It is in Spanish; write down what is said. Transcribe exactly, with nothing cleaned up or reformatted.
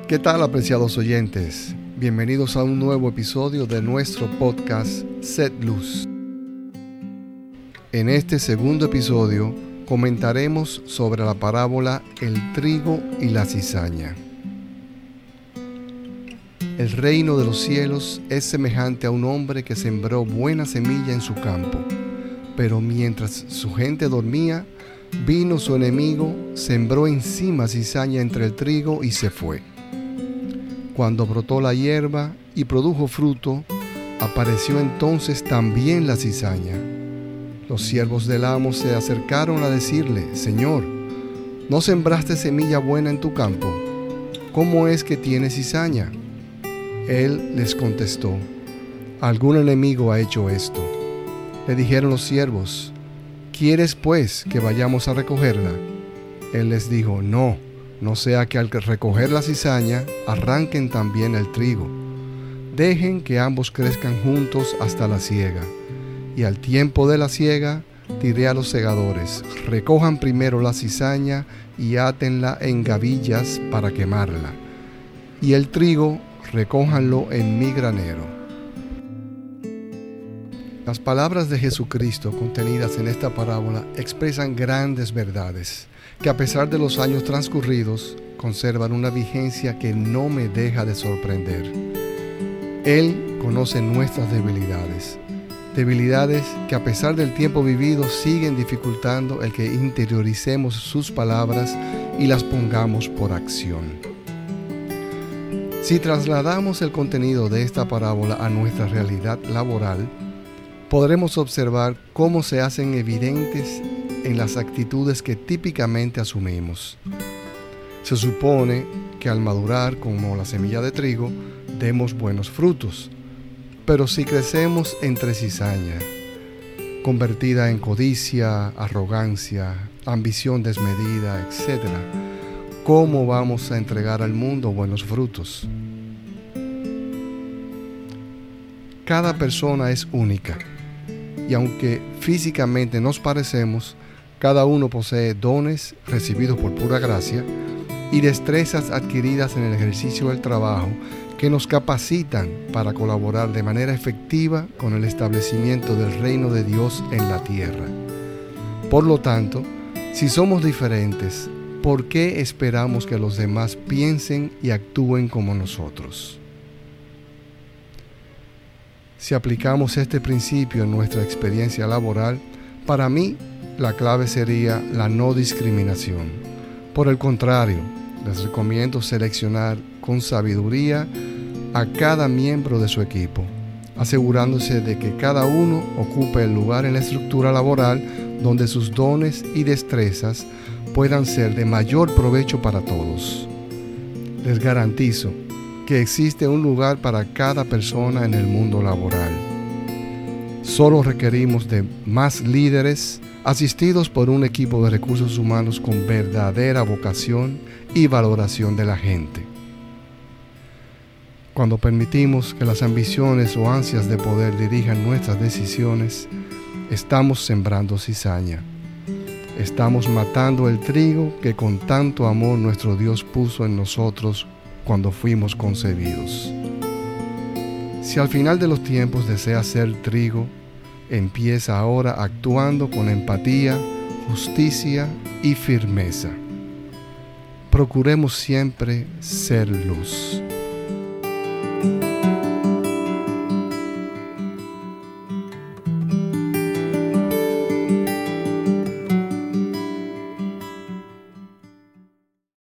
¿Qué tal, apreciados oyentes? Bienvenidos a un nuevo episodio de nuestro podcast Sed Luz. En este segundo episodio comentaremos sobre la parábola El trigo y la cizaña. El reino de los cielos es semejante a un hombre que sembró buena semilla en su campo, pero mientras su gente dormía, vino su enemigo, sembró encima cizaña entre el trigo y se fue. Cuando brotó la hierba y produjo fruto, apareció entonces también la cizaña. Los siervos del amo se acercaron a decirle: Señor, ¿no sembraste semilla buena en tu campo? ¿Cómo es que tiene cizaña? Él les contestó: algún enemigo ha hecho esto. Le dijeron los siervos: ¿quieres pues que vayamos a recogerla? Él les dijo: no. No sea que al recoger la cizaña arranquen también el trigo. Dejen que ambos crezcan juntos hasta la siega. Y al tiempo de la siega diré a los segadores: recojan primero la cizaña y átenla en gavillas para quemarla. Y el trigo recójanlo en mi granero. Las palabras de Jesucristo contenidas en esta parábola expresan grandes verdades que, a pesar de los años transcurridos, conservan una vigencia que no me deja de sorprender. Él conoce nuestras debilidades, debilidades que, a pesar del tiempo vivido, siguen dificultando el que interioricemos sus palabras y las pongamos por acción. Si trasladamos el contenido de esta parábola a nuestra realidad laboral, podremos observar cómo se hacen evidentes en las actitudes que típicamente asumimos. Se supone que al madurar como la semilla de trigo, demos buenos frutos. Pero si crecemos entre cizaña, convertida en codicia, arrogancia, ambición desmedida, etcétera, ¿cómo vamos a entregar al mundo buenos frutos? Cada persona es única. Y aunque físicamente nos parecemos, cada uno posee dones recibidos por pura gracia y destrezas adquiridas en el ejercicio del trabajo que nos capacitan para colaborar de manera efectiva con el establecimiento del reino de Dios en la tierra. Por lo tanto, si somos diferentes, ¿por qué esperamos que los demás piensen y actúen como nosotros? Si aplicamos este principio en nuestra experiencia laboral, para mí la clave sería la no discriminación. Por el contrario, les recomiendo seleccionar con sabiduría a cada miembro de su equipo, asegurándose de que cada uno ocupe el lugar en la estructura laboral donde sus dones y destrezas puedan ser de mayor provecho para todos. Les garantizo que existe un lugar para cada persona en el mundo laboral. Solo requerimos de más líderes asistidos por un equipo de recursos humanos con verdadera vocación y valoración de la gente. Cuando permitimos que las ambiciones o ansias de poder dirijan nuestras decisiones, estamos sembrando cizaña. Estamos matando el trigo que con tanto amor nuestro Dios puso en nosotros cuando fuimos concebidos. Si al final de los tiempos deseas ser trigo, empieza ahora actuando con empatía, justicia y firmeza. Procuremos siempre ser luz.